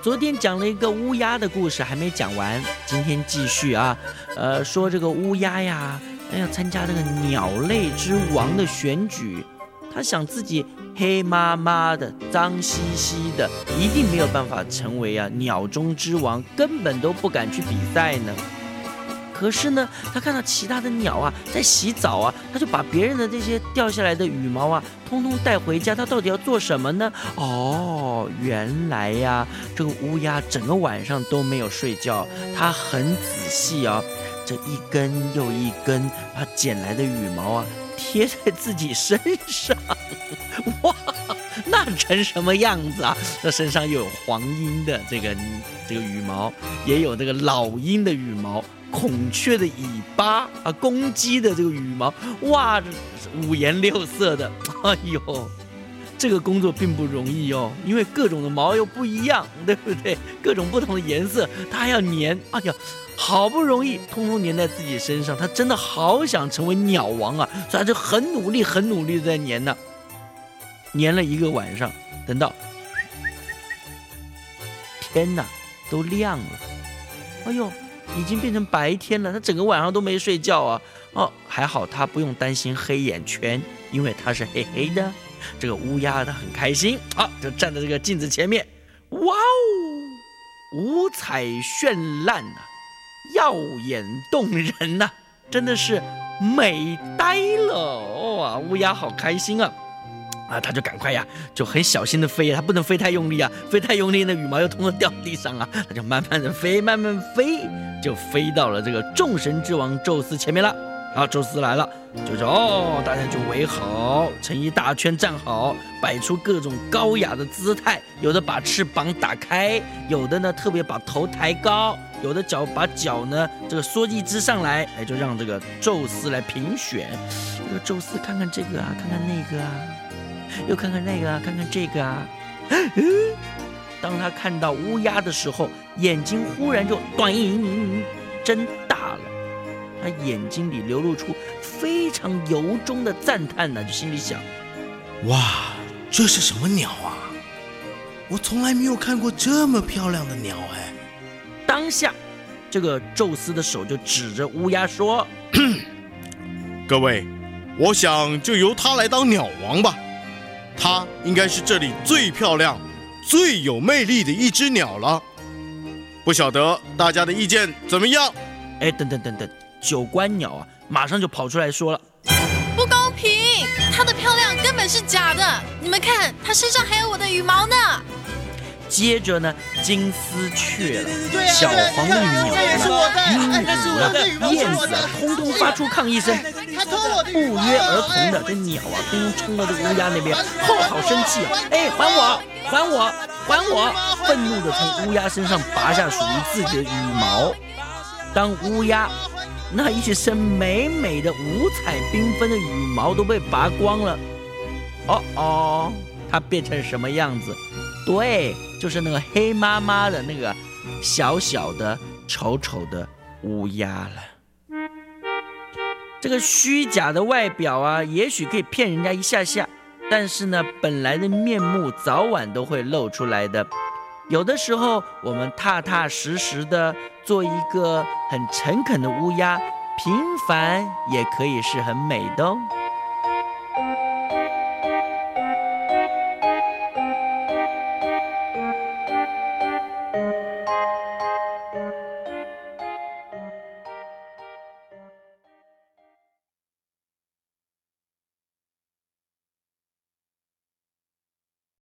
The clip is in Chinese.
昨天讲了一个乌鸦的故事，还没讲完，今天继续啊。说这个乌鸦呀，要参加这个鸟类之王的选举，他想自己黑麻麻的、脏兮兮的，一定没有办法成为鸟中之王，根本都不敢去比赛呢。可是呢，他看到其他的鸟在洗澡他就把别人的这些掉下来的羽毛通通带回家。他到底要做什么呢？原来这个乌鸦整个晚上都没有睡觉，他很仔细这一根又一根把捡来的羽毛贴在自己身上。哇，那成什么样子啊？这身上又有黄莺的这个羽毛，也有这个老鹰的羽毛，孔雀的尾巴公鸡的这个羽毛，哇，五颜六色的。哎呦，这个工作并不容易因为各种的毛又不一样，对不对？各种不同的颜色，它还要粘。哎呀，好不容易通通粘在自己身上，他真的好想成为鸟王所以他就很努力的在粘呢。粘了一个晚上，等到天哪都亮了，哎呦，已经变成白天了，他整个晚上都没睡觉还好他不用担心黑眼圈，因为他是黑黑的。这个乌鸦他很开心就站在这个镜子前面，哇哦，五彩绚烂耀眼动人真的是美呆了乌鸦好开心他就赶快就很小心的飞他不能飞太用力飞太用力那羽毛又通通掉地上他就慢慢的飞，慢慢飞，就飞到了这个众神之王宙斯前面了。宙斯来了，就说大家就围好，成一大圈站好，摆出各种高雅的姿态，有的把翅膀打开，有的呢特别把头抬高，有的把脚呢这个缩一只上来，就让这个宙斯来评选。这个宙斯看看这个看看那个又看看那个看看这个当他看到乌鸦的时候，眼睛忽然就睁大了，他眼睛里流露出非常由衷的赞叹就心里想， 哇，这是什么鸟我从来没有看过这么漂亮的鸟当下这个宙斯的手就指着乌鸦说， 各位，我想就由他来当鸟王吧，它应该是这里最漂亮最有魅力的一只鸟了，不晓得大家的意见怎么样？ 等，九官鸟马上就跑出来说了， 不公平，它的漂亮根本是假的，你们看它身上还有我的羽毛呢。 接着呢，金丝雀了、小黄鹂鸟了、鹦鹉了、燕子通通发出抗议声，不约而同的这鸟通通冲到这个乌鸦那边，好生气还我！愤怒的从乌鸦身上拔下属于自己的羽毛。当乌鸦那一身美美的五彩缤纷的羽毛都被拔光了，它变成什么样子？对，就是那个黑麻麻的那个小小的丑丑的乌鸦了。这个虚假的外表也许可以骗人家一下下，但是呢，本来的面目早晚都会露出来的。有的时候我们踏踏实实的做一个很诚恳的乌鸦，平凡也可以是很美的